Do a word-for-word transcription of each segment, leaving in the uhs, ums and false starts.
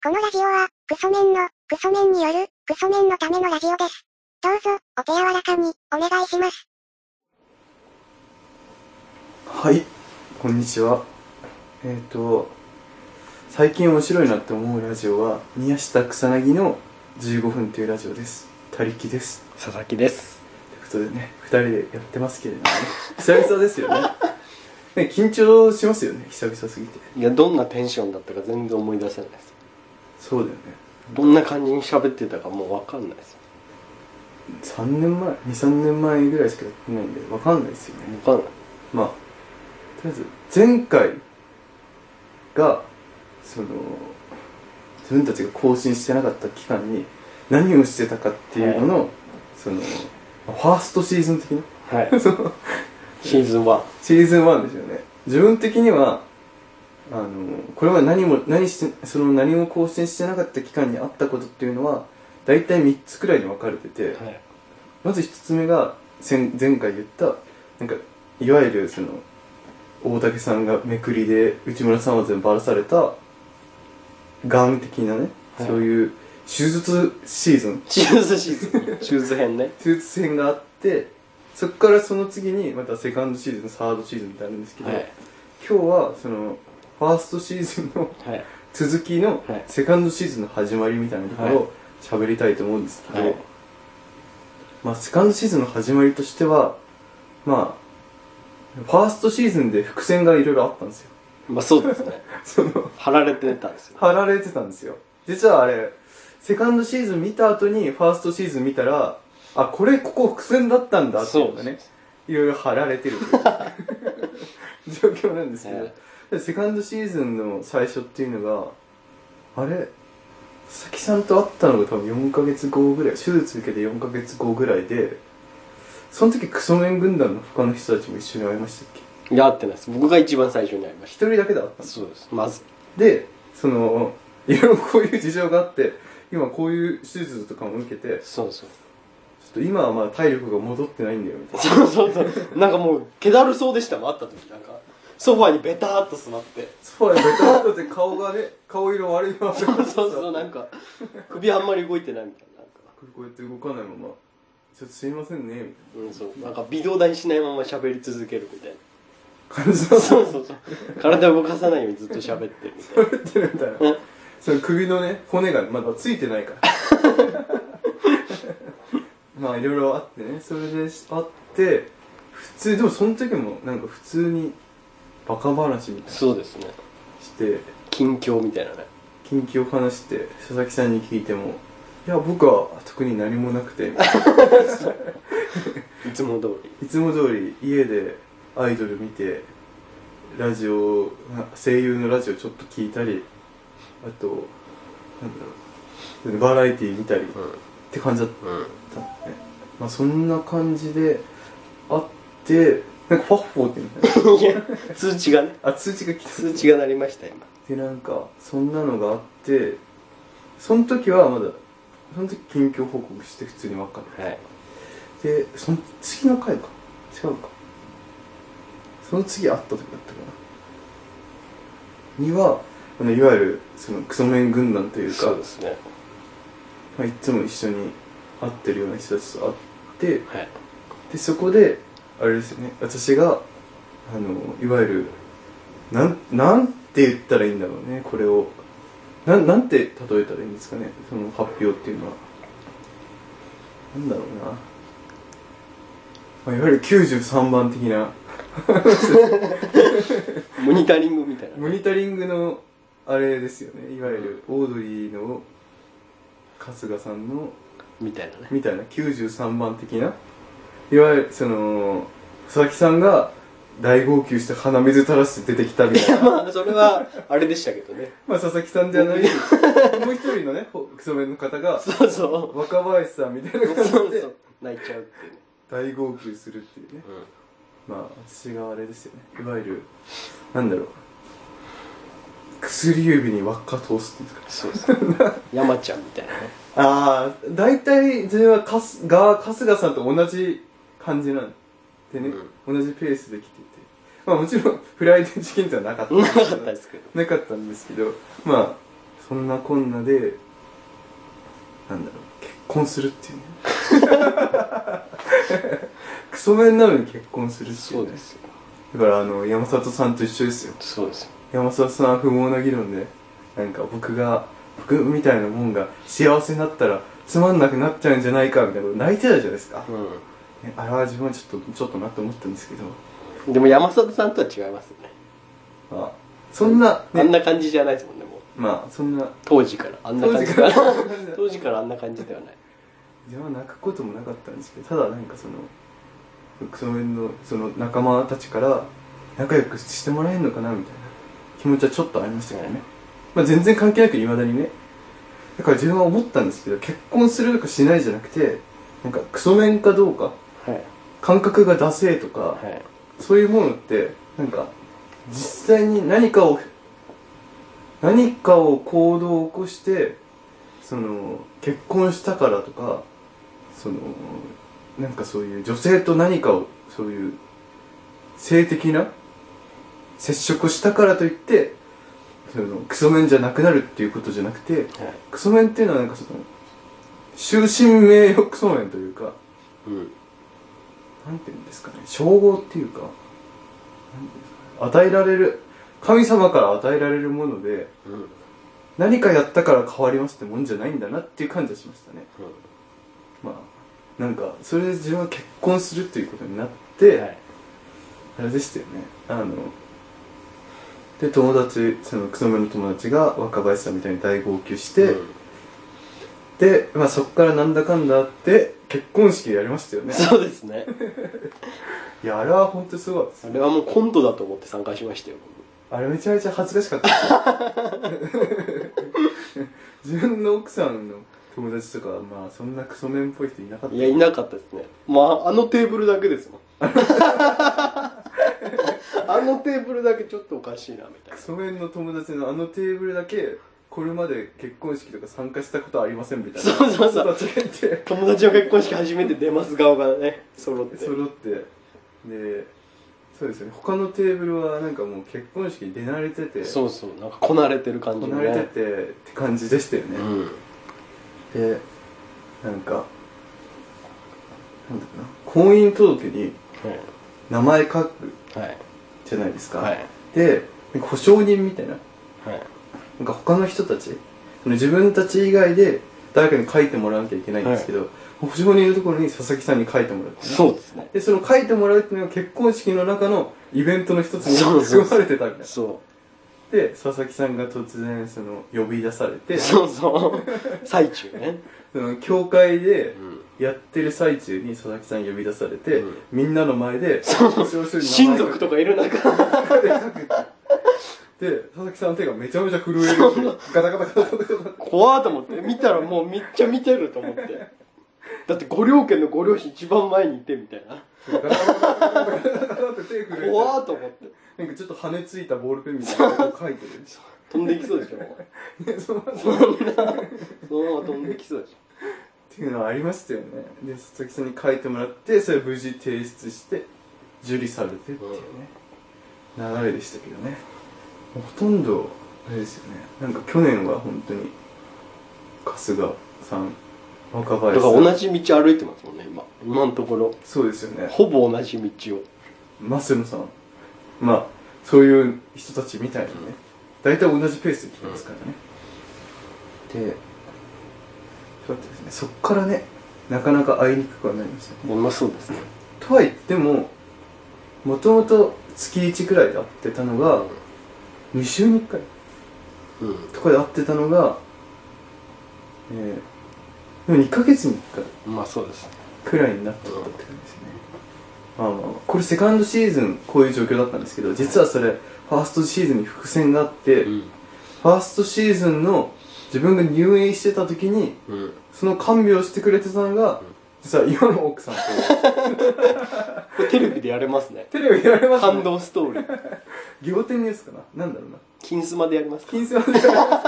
このラジオは、クソメンの、クソメンによる、クソメンのためのラジオです。どうぞ、お手柔らかに、お願いします。 はい、こんにちは。えっ、ー、と、最近面白いなって思うラジオは、宮下草薙のじゅうごふんというラジオです。他力です。 佐々木です。 ということでね、ふたりでやってますけれどもね、久々ですよね。ね、緊張しますよね、久々すぎて。 いや、どんなテンションだったか全然思い出せないです。 そうだよね。 どんな感じに喋ってたかもう分かんないですよ。 さんねんまえ、にさんねんまえぐらいしかやってないんで分かんないですよね。 分かんない。 まあ、とりあえず前回がその自分たちが更新してなかった期間に何をしてたかっていうのの、はい、そのファーストシーズン的な、はい、そのシーズンワンシーズンワンですよね。自分的にはあのこれは何も何してその何も更新してなかった期間にあったことっていうのは大体みっつくらいに分かれてて、はい、まずひとつめが前回言ったなんかいわゆるその大竹さんがめくりで内村さんは全部ばらされたガン的なね、はい、そういう手術シーズン手術シーズン手術編ね手術編があって、そこからその次にまたセカンドシーズンサードシーズンってあるんですけど、はい、今日はそのファーストシーズンの続きのセカンドシーズンの始まりみたいなところを喋りたいと思うんですけど、はい、まあセカンドシーズンの始まりとしてはまあファーストシーズンで伏線がいろいろあったんですよ。 まあそうですね。その貼られてたんですよ。 貼られてたんですよ。実はあれセカンドシーズン見た後にファーストシーズン見たら、あ、これここ伏線だったんだっていうのがね、いろいろ貼られてるという状況なんですけど、でセカンドシーズンの最初っていうのが、あれ佐々木さんと会ったのが多分よんかげつごぐらい、手術受けてよんかげつごぐらいで、その時クソメン軍団の他の人たちも一緒に会いましたっけ？ いや、会ってないです。僕が一番最初に会いました。 一人だけで会ったんです。 そうです。まずで、そのいろいろこういう事情があって今こういう手術とかも受けて、 そうそう、 ちょっと今はまだ体力が戻ってないんだよみたいな。そうそうそう。なんかもう気だるそうでしたもん、会った時。なんかソファにベターっと座ってソファにベターっとって顔がね、顔色悪いままそうそうそう、なんか首あんまり動いてないみたいな。なんかこうやって動かないままちょっとすいませんねみたいな、 うん、そう、なんか微動だにしないまま喋り続けるみたいな。 体そうそうそう、体を動かさないようにずっと喋ってるみたいな。 喋ってるみたいな。その首のね骨がまだついてないからまあいろいろあってね、それであって普通でもその時もなんか普通にバカ話みたいな、 そうですね、 して近況みたいなね、 近況を話して佐々木さんに聞いても、いや僕は特に何もなくていつも通りいつも通り家でアイドル見てラジオ声優のラジオちょっと聞いたり、あとなんだろうバラエティー見たり、うん、って感じだったね、うん、まあそんな感じであって、なんかファッフォーって言うんだよね通知がね、 あ、通知が来た、 通知が鳴りました今で、なんかそんなのがあって、その時はまだその時近況報告して普通に分かる、はい、で、その次の回か違うか、その次会った時だったかなには、いわゆるそのクソメン軍団というか、 そうですね、 まあ、いつも一緒に会ってるような人たちと会って、 はい、 でそこであれですよね、私があのいわゆるなんなんて言ったらいいんだろうね、これをななんて例えたらいいんですかね、その発表っていうのはなんだろうな、まあ、いわゆるきゅうじゅうさんばん的なモニタリングみたいな、 モニタリングのあれですよね、いわゆるオードリーの春日さんのみたいなね、 みたいなきゅうじゅうさんばん的な、いわゆるその佐々木さんが大号泣して鼻水垂らして出てきたみたいな、 いやまあそれはあれでしたけどねまあ佐々木さんじゃないもう一人のねクソメンの方がそうそう若林さんみたいな感じでそうそう泣いちゃうっていうね、 大号泣するっていうね、うん、まあ私があれですよね、いわゆるなんだろう、薬指に輪っか通すっていうんですか、 そうそう山ちゃんみたいなね、 ああ大体自分はかすが春日さんと同じ感じなんでね、うん、同じペースで来ていて、まあもちろんフライデー事件ではなかったなかったですけどなかったんですけど、まあそんなこんなでなんだろう結婚するっていうねクソメンなのに結婚するっていう、ね、 そうですよ。 だからあの山里さんと一緒ですよ。 そうですよ。 山里さんは不毛な議論でなんか僕が僕みたいなもんが幸せになったらつまんなくなっちゃうんじゃないかみたいなこと泣いてたじゃないですか、 うね、あれは自分はちょっとちょっとなって思ったんですけど、 ん。でも山里さんとは違いますよね。 まあそんな、ね、 あんな感じじゃないですもんね、もう。 まあそんな当時からあんな感じから当時から当時からあんな感じではない。 自分は泣くこともなかったんですけど、ただなんかそのクソメンのその仲間たちから仲良くしてもらえるのかなみたいな気持ちはちょっとありましたけどね、まあ、全然関係なく未だにね。だから自分は思ったんですけど、結婚するかしないじゃなくてなんかクソメンかどうか、 はい、 感覚がダセーとか、 はい、 そういうものってなんか実際に何かを何かを行動を起こしてその結婚したからとかそのなんかそういう女性と何かをそういう性的な接触をしたからといってそのクソメンじゃなくなるっていうことじゃなくて、はい、クソメンっていうのはなんかその終身名誉クソメンというか、うん、なんていうんですかね、称号っていうか、なんていうんですかね、与えられる神様から与えられるもので、うん、何かやったから変わりますってもんじゃないんだなっていう感じがしましたね、うん、まあなんかそれで自分は結婚するっていうことになって、はい、あれでしたよね、あので友達そのクソメンの友達が若林さんみたいに大号泣して、うん、で、まあ、そっからなんだかんだあって結婚式やりましたよね。 そうですねいやあれは本当にすごいです、 あれはもうコントだと思って参加しましたよ。 あれめちゃめちゃ恥ずかしかったです自分の奥さんの友達とかはまあそんなクソメンっぽい人いなかった。 いやいなかったですね。まああのテーブルだけですもんあのテーブルだけちょっとおかしいなみたいな。 クソメンの友達のあのテーブルだけこれまで結婚式とか参加したことありませんみたいなそうそうそう人たちがいて友達の結婚式初めて出ます側がね揃って揃ってでそうですよね、他のテーブルはなんかもう結婚式に出慣れててそうそうなんかこなれてる感じのねこなれててって感じでしたよね、うん、でなんかなんだろうな婚姻届に名前書くじゃないですか、はい、でなんか保証人みたいな、はい、なんか他の人たち自分たち以外で誰かに書いてもらわなきゃいけないんですけど、はい、保証人のところに佐々木さんに書いてもらう、ね、 そうですね。 でその書いてもらうっていうのが結婚式の中のイベントの一つに含まれてたみたいな。そうで佐々木さんが突然その呼び出されてそうそう最中ねその教会でやってる最中に佐々木さん呼び出されて、うん、みんなの前で親族とかいる中で書くで佐々木さんの手がめちゃめちゃ震えるガタガタガタガタガタ怖ーと思って見たらもうめっちゃ見てると思ってだってご両家のご両親一番前にいてみたいなガタガタガタガタガタって手震えて怖ーと思ってなんかちょっと羽根ついたボールペンみたいなのを書いてる飛んできそうでしょね、そんなそんなそのまま飛んできそうでしょっていうのはありましたよね。で佐々木さんに書いてもらってそれを無事提出して受理されてっていうね、うん、流れでしたけどね。ほとんどあれですよね。なんか去年は本当に春日さん若林さんだから同じ道歩いてますもんね今今のところ。 そうですよね。 ほぼ同じ道を増野さんまあそういう人たちみたいにね、うん、大体同じペースで来てますからね、うん、でそうですね、そっからねなかなか会いにくくはなりましたね。 まあそうですね。 とは言ってももともと月いちくらいで会ってたのが、うん、にしゅうにいっかい、うん、とかで会ってたのが、えー、でもにかげつにいっかいまあそうですくらいになってたって感じですね、うん、まあまあこれセカンドシーズンこういう状況だったんですけど、実はそれファーストシーズンに伏線があって、うん、ファーストシーズンの自分が入院してた時に、うん、その看病してくれてたのが、うん、実は今の奥さんとこれテレビでやれますね。 テレビでやれますね。 感動ストーリー仰天ニュースかな、なんだろうな、 金スマでやりますか。 金スマでやります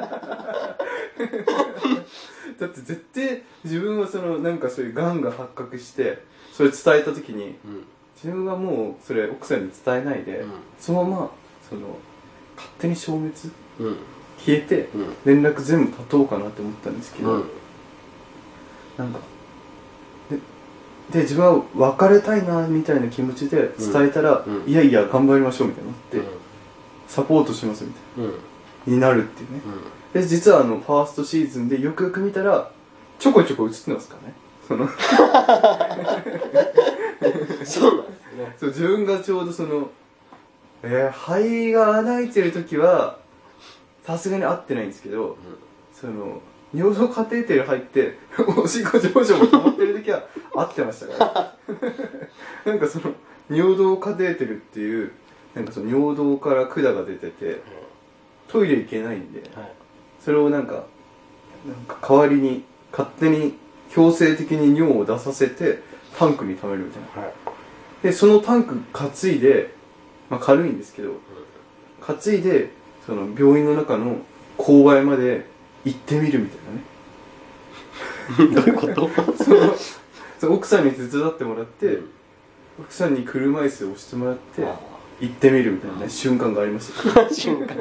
だって絶対自分はそのなんかそういうがんが発覚してそれ伝えた時に、うん、自分はもうそれ奥さんに伝えないで、うん、そのままその勝手に消滅、うん消えて、 うん連絡全部断とうかなって思ったんですけど、 うんなんかでで自分は別れたいなみたいな気持ちで伝えたら、 うんうんいやいや頑張りましょうみたいになって、 うんサポートしますみたいうんなになるっていうね、 うんで実はあのファーストシーズンでよくよく見たらちょこちょこ映ってますからね、そのそうなんですね。 そう自分がちょうどそのえー、肺が穴開いてる時はさすがに合ってないんですけど、その尿道カテーテル入っておしっこ上昇も溜まってる時は合ってましたからなんかその尿道カテーテルっていうなんかその尿道から管が出ててトイレ行けないんで、 はい、 それをなんかなんか代わりに勝手に強制的に尿を出させてタンクに溜めるみたいな、 はい、 でそのタンク担いで、まあ、軽いんですけど、担いでその病院の中の購買まで行ってみるみたいなねどういうことそのその奥さんに手伝ってもらって、 うん、 奥さんに車椅子を押してもらってあ行ってみるみたいな、ね、瞬間がありました、ね、 瞬間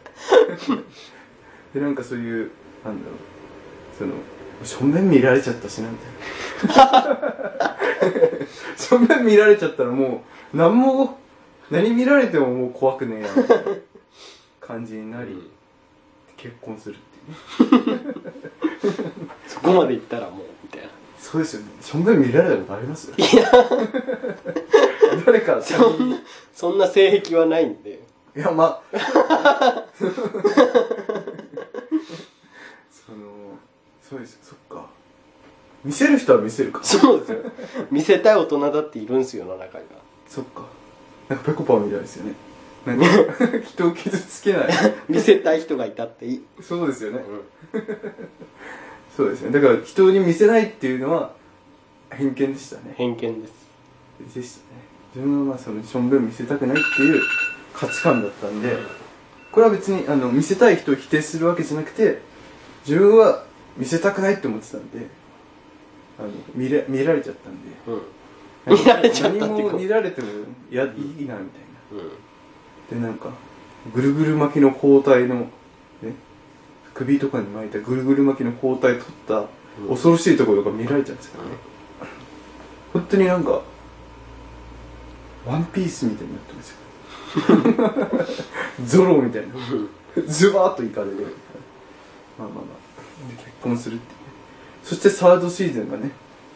でなんかそういうなんだろうその正面見られちゃったしなみたいな正面見られちゃったらもう何も何見られてももう怖くねえやみたいな感じになり、うん、結婚するっていうねそこまで行ったらもうみたいな。 そうですよね。正面見られたことありますよ。いや誰かそんなそんな性癖はないんで。 いやまあそのそうですよ。そっか見せる人は見せるか。 そうですよ。見せたい大人だっているんですよ、世の中には。 そっかなんかペコパみたいですよね。なんか人を傷つけない見せたい人がいたっていい。 そうですよね、 うん、 そうですね。だから人に見せないっていうのは偏見でしたね。 偏見ですでしたね。自分はまあその正面見せたくないっていう価値観だったんで、これは別にあの見せたい人を否定するわけじゃなくて、自分は見せたくないって思ってたんで、あの 見れ、見られちゃったんで、 うん、見られちゃったって何も見られてもや、いいなみたいな、 うん、 でなんかぐるぐる巻きの包帯の、ね、首とかに巻いたぐるぐる巻きの包帯取った恐ろしいところが見られちゃうんですからね、うん、本当になんかワンピースみたいになってますよゾロみたいなズバーッといかれるまあまあまあで結婚するっていうね。そしてサードシーズンがね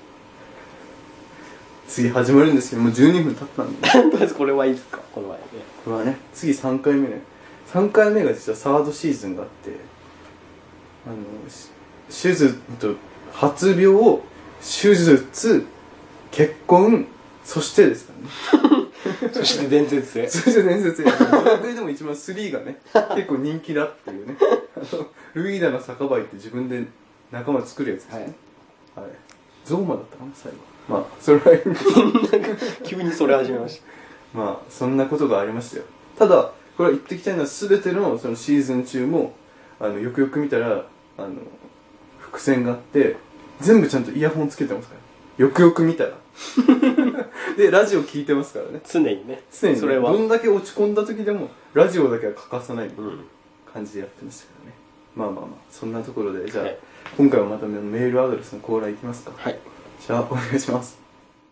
次始まるんですけどもうじゅうにふん経ったんでとりあえずこれはいいですか。この前ねこれはね次さんかいめねさんかいめが実はサードシーズンがあって、あの手術と発病手術結婚そしてですからねそして伝説へそして伝説へドラクエでも一番スリーがね結構人気だっていうねあのルイーダの酒場って自分で仲間作るやつですね、はいはい、ゾーマだったかな最後。まあそれはいいんです急にそれ始めましたまあそんなことがありましたよ。ただこれは言ってきたいのは全てのそのシーズン中もあのよくよく見たらあの伏線があって全部ちゃんとイヤホンつけてますからよくよく見たらでラジオ聞いてますからね常にね常にねそれはどんだけ落ち込んだ時でもラジオだけは欠かさないみたいな感じでやってましたからね、うん、まあまあまあそんなところでじゃあ、はい、今回はまたメールアドレスのコーナーいきますか。 はいじゃあお願いします。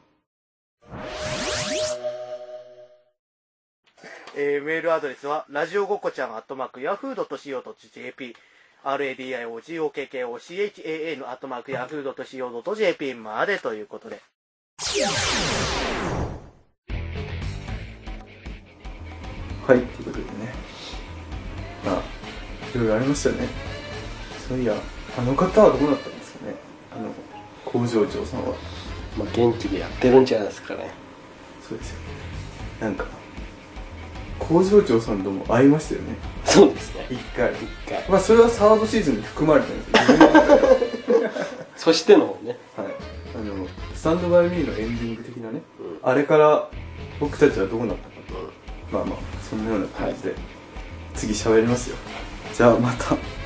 えー、メールアドレスはラジオごこちゃんアットマークヤフードとシーオードットジェーピー ラディオゴッコちゃんアットマークヤフードとシーオードットジェーピー までということで、 はいということでね、まあいろいろありましたね。そういやあの方はどうなったんですかね。あの工場長さんはまあ元気でやってるんじゃないですかね。 そうですよね。なんか工場長さんとも会いましたよね。 そうですね一回一回まあそれはサードシーズンに含まれてるんですよそしてのね、 はい、あのスタンドバイミーのエンディング的なね、 うん、 あれから僕たちはどうなったかと、うん、まあまあそんなような感じで、はい、次喋りますよ。じゃあまた。